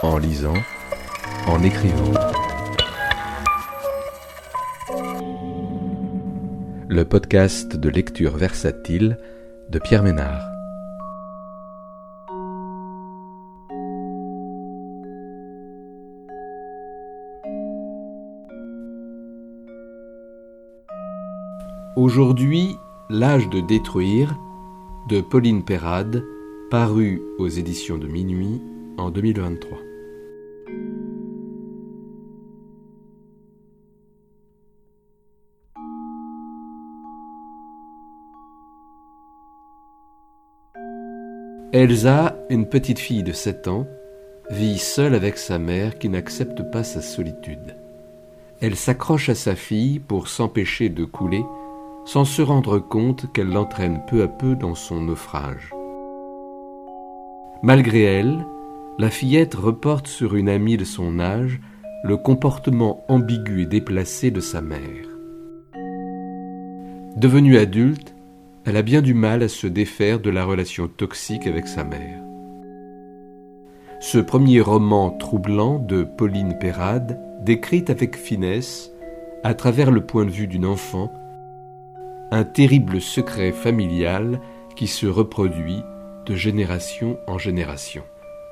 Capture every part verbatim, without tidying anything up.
en lisant, en écrivant. Le podcast de lecture versatile de Pierre Ménard. Aujourd'hui, L'âge de détruire de Pauline Peyrade, paru aux éditions de Minuit en deux mille vingt-trois. Elsa, une petite fille de sept ans, vit seule avec sa mère qui n'accepte pas sa solitude. Elle s'accroche à sa fille pour s'empêcher de couler, sans se rendre compte qu'elle l'entraîne peu à peu dans son naufrage. Malgré elle, la fillette reporte sur une amie de son âge le comportement ambigu et déplacé de sa mère. Devenue adulte, elle a bien du mal à se défaire de la relation toxique avec sa mère. Ce premier roman troublant de Pauline Peyrade décrit avec finesse, à travers le point de vue d'une enfant, un terrible secret familial qui se reproduit de génération en génération.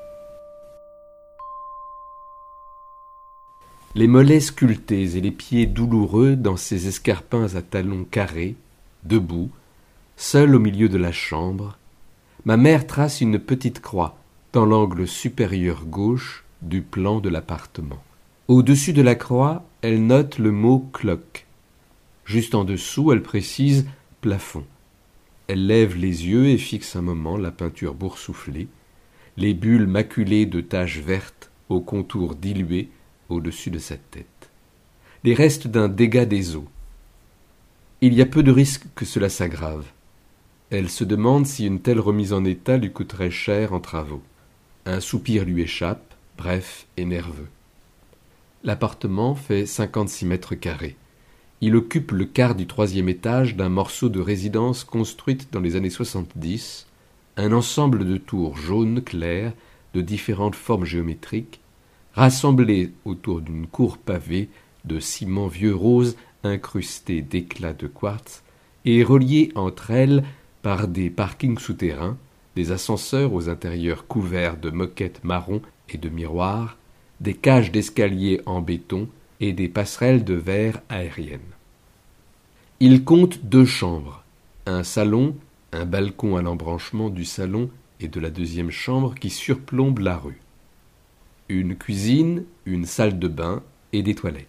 Les mollets sculptés et les pieds douloureux dans ces escarpins à talons carrés, debout, seule au milieu de la chambre, ma mère trace une petite croix dans l'angle supérieur gauche du plan de l'appartement. Au-dessus de la croix, elle note le mot « cloque ». Juste en dessous, elle précise « plafond ». Elle lève les yeux et fixe un moment la peinture boursouflée, les bulles maculées de taches vertes aux contours dilués au-dessus de sa tête. Les restes d'un dégât des eaux. Il y a peu de risque que cela s'aggrave. Elle se demande si une telle remise en état lui coûterait cher en travaux. Un soupir lui échappe, bref et nerveux. L'appartement fait cinquante-six mètres carrés. Il occupe le quart du troisième étage d'un morceau de résidence construite dans les années soixante-dix, un ensemble de tours jaunes claires de différentes formes géométriques, rassemblées autour d'une cour pavée de ciment vieux rose incrusté d'éclats de quartz et reliées entre elles par des parkings souterrains, des ascenseurs aux intérieurs couverts de moquettes marron et de miroirs, des cages d'escalier en béton et des passerelles de verre aériennes. Il compte deux chambres, un salon, un balcon à l'embranchement du salon et de la deuxième chambre qui surplombe la rue, une cuisine, une salle de bain et des toilettes.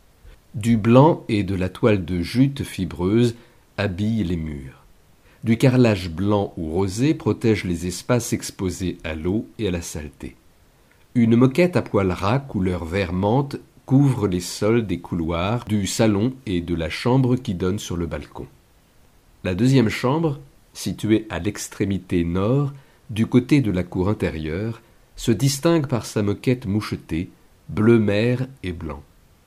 Du blanc et de la toile de jute fibreuse habillent les murs. Du carrelage blanc ou rosé protège les espaces exposés à l'eau et à la saleté. Une moquette à poils ras couleur vert menthe couvre les sols des couloirs du salon et de la chambre qui donne sur le balcon. La deuxième chambre, située à l'extrémité nord, du côté de la cour intérieure, se distingue par sa moquette mouchetée, bleu mer et blanc.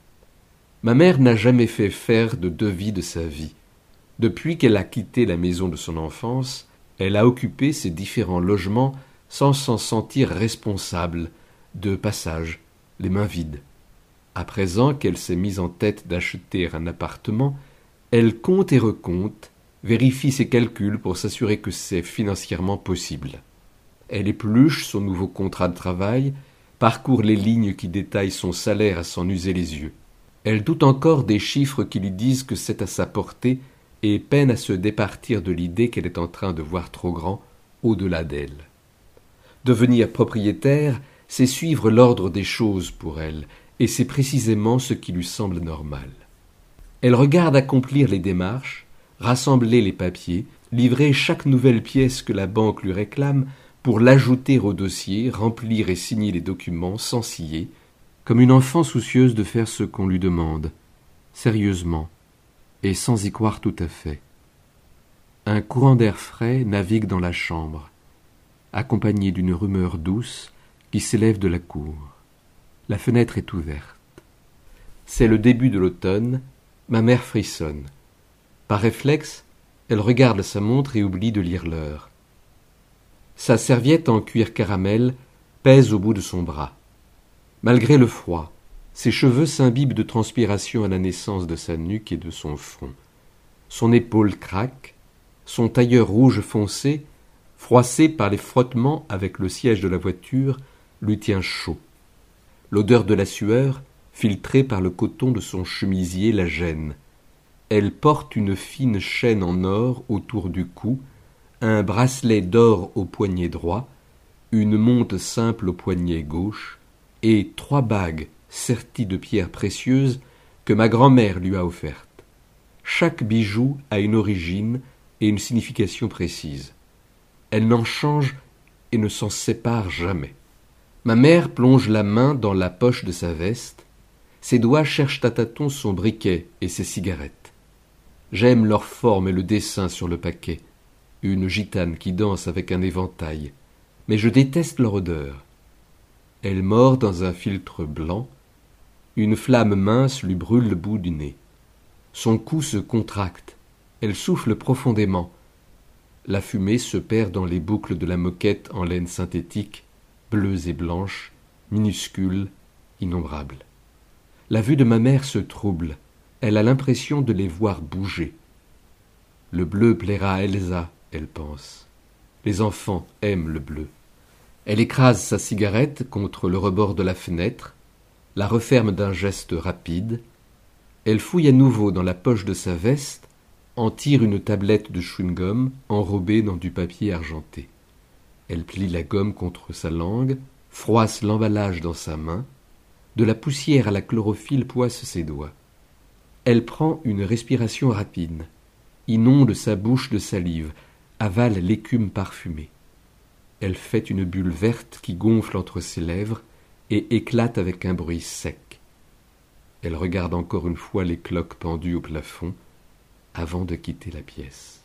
Ma mère n'a jamais fait faire de devis de sa vie. Depuis qu'elle a quitté la maison de son enfance, elle a occupé ces différents logements sans s'en sentir responsable, de passage, les mains vides. À présent qu'elle s'est mise en tête d'acheter un appartement, elle compte et recompte, vérifie ses calculs pour s'assurer que c'est financièrement possible. Elle épluche son nouveau contrat de travail, parcourt les lignes qui détaillent son salaire à s'en user les yeux. Elle doute encore des chiffres qui lui disent que c'est à sa portée et peine à se départir de l'idée qu'elle est en train de voir trop grand au-delà d'elle. Devenir propriétaire, c'est suivre l'ordre des choses pour elle, et c'est précisément ce qui lui semble normal. Elle regarde accomplir les démarches, rassembler les papiers, livrer chaque nouvelle pièce que la banque lui réclame pour l'ajouter au dossier, remplir et signer les documents sans scier, comme une enfant soucieuse de faire ce qu'on lui demande, sérieusement, et sans y croire tout à fait. Un courant d'air frais navigue dans la chambre, accompagné d'une rumeur douce qui s'élève de la cour. La fenêtre est ouverte. C'est le début de l'automne, ma mère frissonne. Par réflexe, elle regarde sa montre et oublie de lire l'heure. Sa serviette en cuir caramel pèse au bout de son bras. Malgré le froid, ses cheveux s'imbibent de transpiration à la naissance de sa nuque et de son front. Son épaule craque, son tailleur rouge foncé, froissé par les frottements avec le siège de la voiture, lui tient chaud. L'odeur de la sueur, filtrée par le coton de son chemisier, la gêne. Elle porte une fine chaîne en or autour du cou, un bracelet d'or au poignet droit, une montre simple au poignet gauche, et trois bagues serties de pierres précieuses que ma grand-mère lui a offertes. Chaque bijou a une origine et une signification précise. Elle n'en change et ne s'en sépare jamais. Ma mère plonge la main dans la poche de sa veste. Ses doigts cherchent à tâtons son briquet et ses cigarettes. J'aime leur forme et le dessin sur le paquet, une gitane qui danse avec un éventail, mais je déteste leur odeur. Elle mord dans un filtre blanc, une flamme mince lui brûle le bout du nez. Son cou se contracte, elle souffle profondément. La fumée se perd dans les boucles de la moquette en laine synthétique, bleues et blanches, minuscules, innombrables. La vue de ma mère se trouble, elle a l'impression de les voir bouger. Le bleu plaira à Elsa, elle pense. Les enfants aiment le bleu. Elle écrase sa cigarette contre le rebord de la fenêtre, la referme d'un geste rapide. Elle fouille à nouveau dans la poche de sa veste, en tire une tablette de chewing-gum enrobée dans du papier argenté. Elle plie la gomme contre sa langue, froisse l'emballage dans sa main. De la poussière à la chlorophylle poisse ses doigts. Elle prend une respiration rapide, inonde sa bouche de salive, avale l'écume parfumée. Elle fait une bulle verte qui gonfle entre ses lèvres et éclate avec un bruit sec. Elle regarde encore une fois les cloques pendues au plafond avant de quitter la pièce.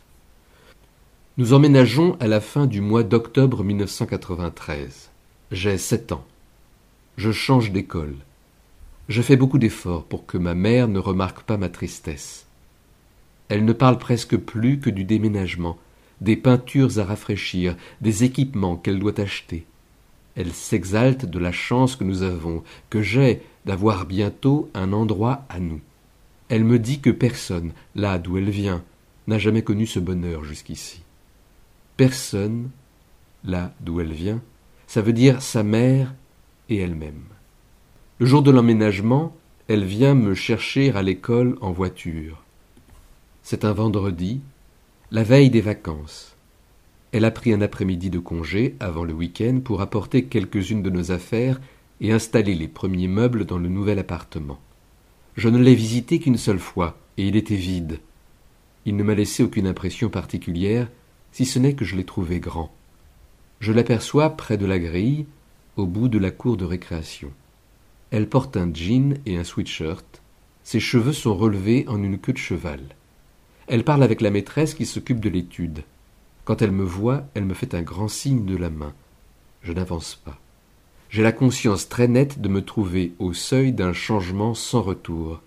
Nous emménageons à la fin du mois d'octobre mille neuf cent quatre-vingt-treize. J'ai sept ans. Je change d'école. Je fais beaucoup d'efforts pour que ma mère ne remarque pas ma tristesse. Elle ne parle presque plus que du déménagement, des peintures à rafraîchir, des équipements qu'elle doit acheter. Elle s'exalte de la chance que nous avons, que j'ai, d'avoir bientôt un endroit à nous. Elle me dit que personne, là d'où elle vient, n'a jamais connu ce bonheur jusqu'ici. Personne, là d'où elle vient, ça veut dire sa mère et elle-même. Le jour de l'emménagement, elle vient me chercher à l'école en voiture. C'est un vendredi, la veille des vacances. Elle a pris un après-midi de congé avant le week-end pour apporter quelques-unes de nos affaires et installer les premiers meubles dans le nouvel appartement. Je ne l'ai visité qu'une seule fois, et il était vide. Il ne m'a laissé aucune impression particulière, si ce n'est que je l'ai trouvé grand. Je l'aperçois près de la grille, au bout de la cour de récréation. Elle porte un jean et un sweatshirt. Ses cheveux sont relevés en une queue de cheval. Elle parle avec la maîtresse qui s'occupe de l'étude. Quand elle me voit, elle me fait un grand signe de la main. Je n'avance pas. J'ai la conscience très nette de me trouver au seuil d'un changement sans retour.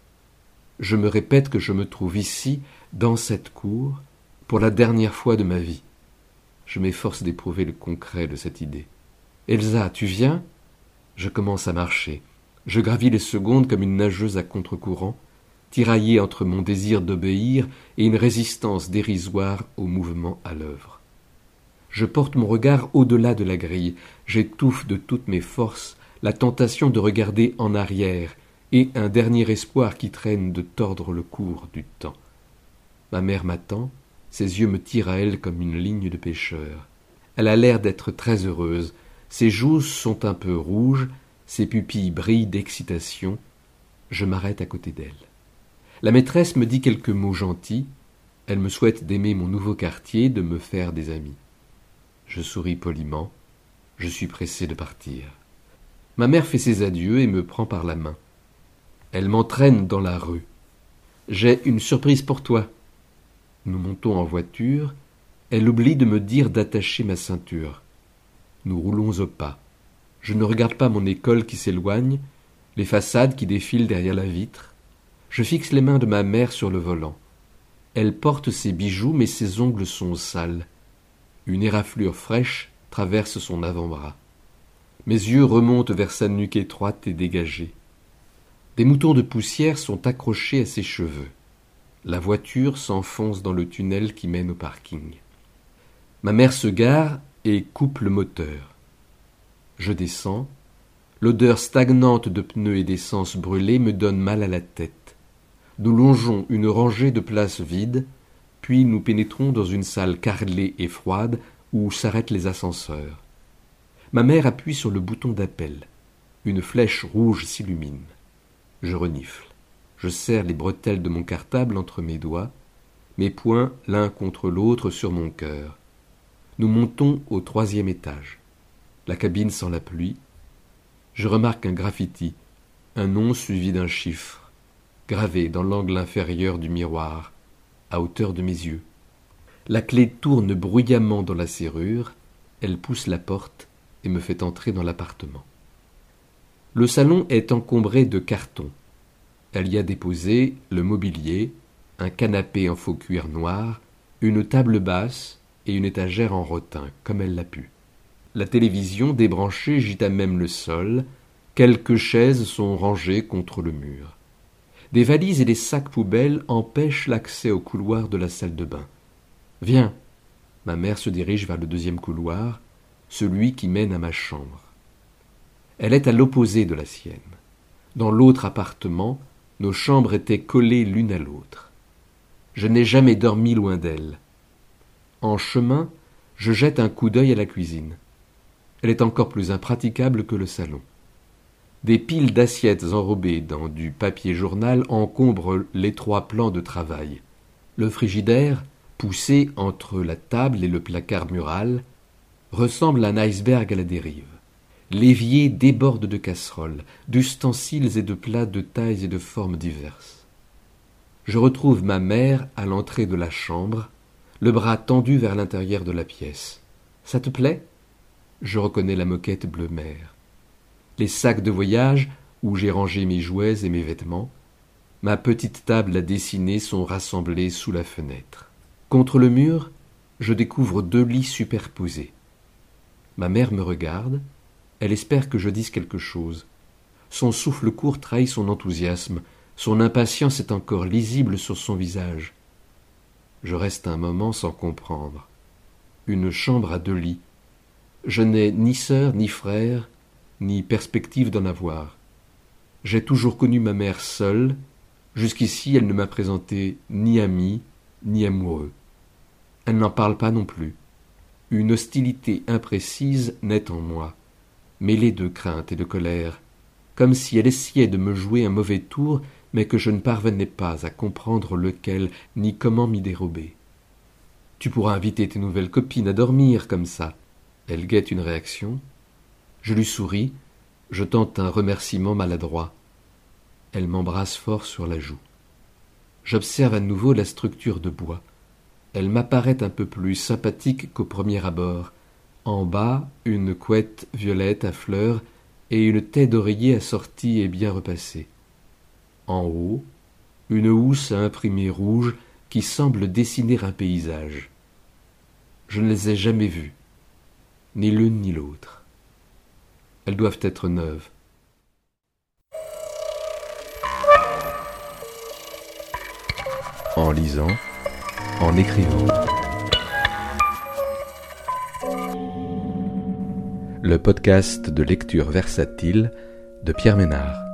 Je me répète que je me trouve ici, dans cette cour, pour la dernière fois de ma vie. Je m'efforce d'éprouver le concret de cette idée. « Elsa, tu viens ?» Je commence à marcher. Je gravis les secondes comme une nageuse à contre-courant, tiraillée entre mon désir d'obéir et une résistance dérisoire au mouvement à l'œuvre. Je porte mon regard au-delà de la grille, j'étouffe de toutes mes forces la tentation de regarder en arrière et un dernier espoir qui traîne de tordre le cours du temps. Ma mère m'attend, ses yeux me tirent à elle comme une ligne de pêcheur. Elle a l'air d'être très heureuse, ses joues sont un peu rouges, ses pupilles brillent d'excitation. Je m'arrête à côté d'elle. La maîtresse me dit quelques mots gentils. Elle me souhaite d'aimer mon nouveau quartier, de me faire des amis. Je souris poliment. Je suis pressé de partir. Ma mère fait ses adieux et me prend par la main. Elle m'entraîne dans la rue. « J'ai une surprise pour toi. » Nous montons en voiture. Elle oublie de me dire d'attacher ma ceinture. Nous roulons au pas. Je ne regarde pas mon école qui s'éloigne, les façades qui défilent derrière la vitre. Je fixe les mains de ma mère sur le volant. Elle porte ses bijoux, mais ses ongles sont sales. Une éraflure fraîche traverse son avant-bras. Mes yeux remontent vers sa nuque étroite et dégagée. Des moutons de poussière sont accrochés à ses cheveux. La voiture s'enfonce dans le tunnel qui mène au parking. Ma mère se gare et coupe le moteur. Je descends. L'odeur stagnante de pneus et d'essence brûlée me donne mal à la tête. Nous longeons une rangée de places vides, puis nous pénétrons dans une salle carrelée et froide où s'arrêtent les ascenseurs. Ma mère appuie sur le bouton d'appel. Une flèche rouge s'illumine. Je renifle. Je serre les bretelles de mon cartable entre mes doigts, mes poings l'un contre l'autre sur mon cœur. Nous montons au troisième étage. La cabine sent la pluie. Je remarque un graffiti, un nom suivi d'un chiffre, gravé dans l'angle inférieur du miroir, à hauteur de mes yeux. La clé tourne bruyamment dans la serrure, elle pousse la porte et me fait entrer dans l'appartement. Le salon est encombré de cartons. Elle y a déposé le mobilier, un canapé en faux cuir noir, une table basse et une étagère en rotin, comme elle l'a pu. La télévision débranchée gît à même le sol, quelques chaises sont rangées contre le mur. Des valises et des sacs poubelles empêchent l'accès au couloir de la salle de bain. « Viens !» Ma mère se dirige vers le deuxième couloir, celui qui mène à ma chambre. Elle est à l'opposé de la sienne. Dans l'autre appartement, nos chambres étaient collées l'une à l'autre. Je n'ai jamais dormi loin d'elle. En chemin, je jette un coup d'œil à la cuisine. Elle est encore plus impraticable que le salon. Des piles d'assiettes enrobées dans du papier journal encombrent l'étroit plan de travail. Le frigidaire, poussé entre la table et le placard mural, ressemble à un iceberg à la dérive. L'évier déborde de casseroles, d'ustensiles et de plats de tailles et de formes diverses. Je retrouve ma mère à l'entrée de la chambre, le bras tendu vers l'intérieur de la pièce. « Ça te plaît ?» Je reconnais la moquette bleu mer. Les sacs de voyage où j'ai rangé mes jouets et mes vêtements, ma petite table à dessiner sont rassemblés sous la fenêtre. Contre le mur, je découvre deux lits superposés. Ma mère me regarde, elle espère que je dise quelque chose. Son souffle court trahit son enthousiasme, son impatience est encore lisible sur son visage. Je reste un moment sans comprendre. Une chambre à deux lits. Je n'ai ni sœur, ni frère, ni perspective d'en avoir. J'ai toujours connu ma mère seule. Jusqu'ici, elle ne m'a présenté ni ami, ni amoureux. Elle n'en parle pas non plus. Une hostilité imprécise naît en moi, mêlée de crainte et de colère, comme si elle essayait de me jouer un mauvais tour, mais que je ne parvenais pas à comprendre lequel, ni comment m'y dérober. « Tu pourras inviter tes nouvelles copines à dormir comme ça. » Elle guette une réaction. Je lui souris, je tente un remerciement maladroit. Elle m'embrasse fort sur la joue. J'observe à nouveau la structure de bois. Elle m'apparaît un peu plus sympathique qu'au premier abord. En bas, une couette violette à fleurs et une taie d'oreiller assortie et bien repassée. En haut, une housse à imprimé rouge qui semble dessiner un paysage. Je ne les ai jamais vues, ni l'une ni l'autre. Elles doivent être neuves. En lisant, en écrivant. Le podcast de lecture versatile de Pierre Ménard.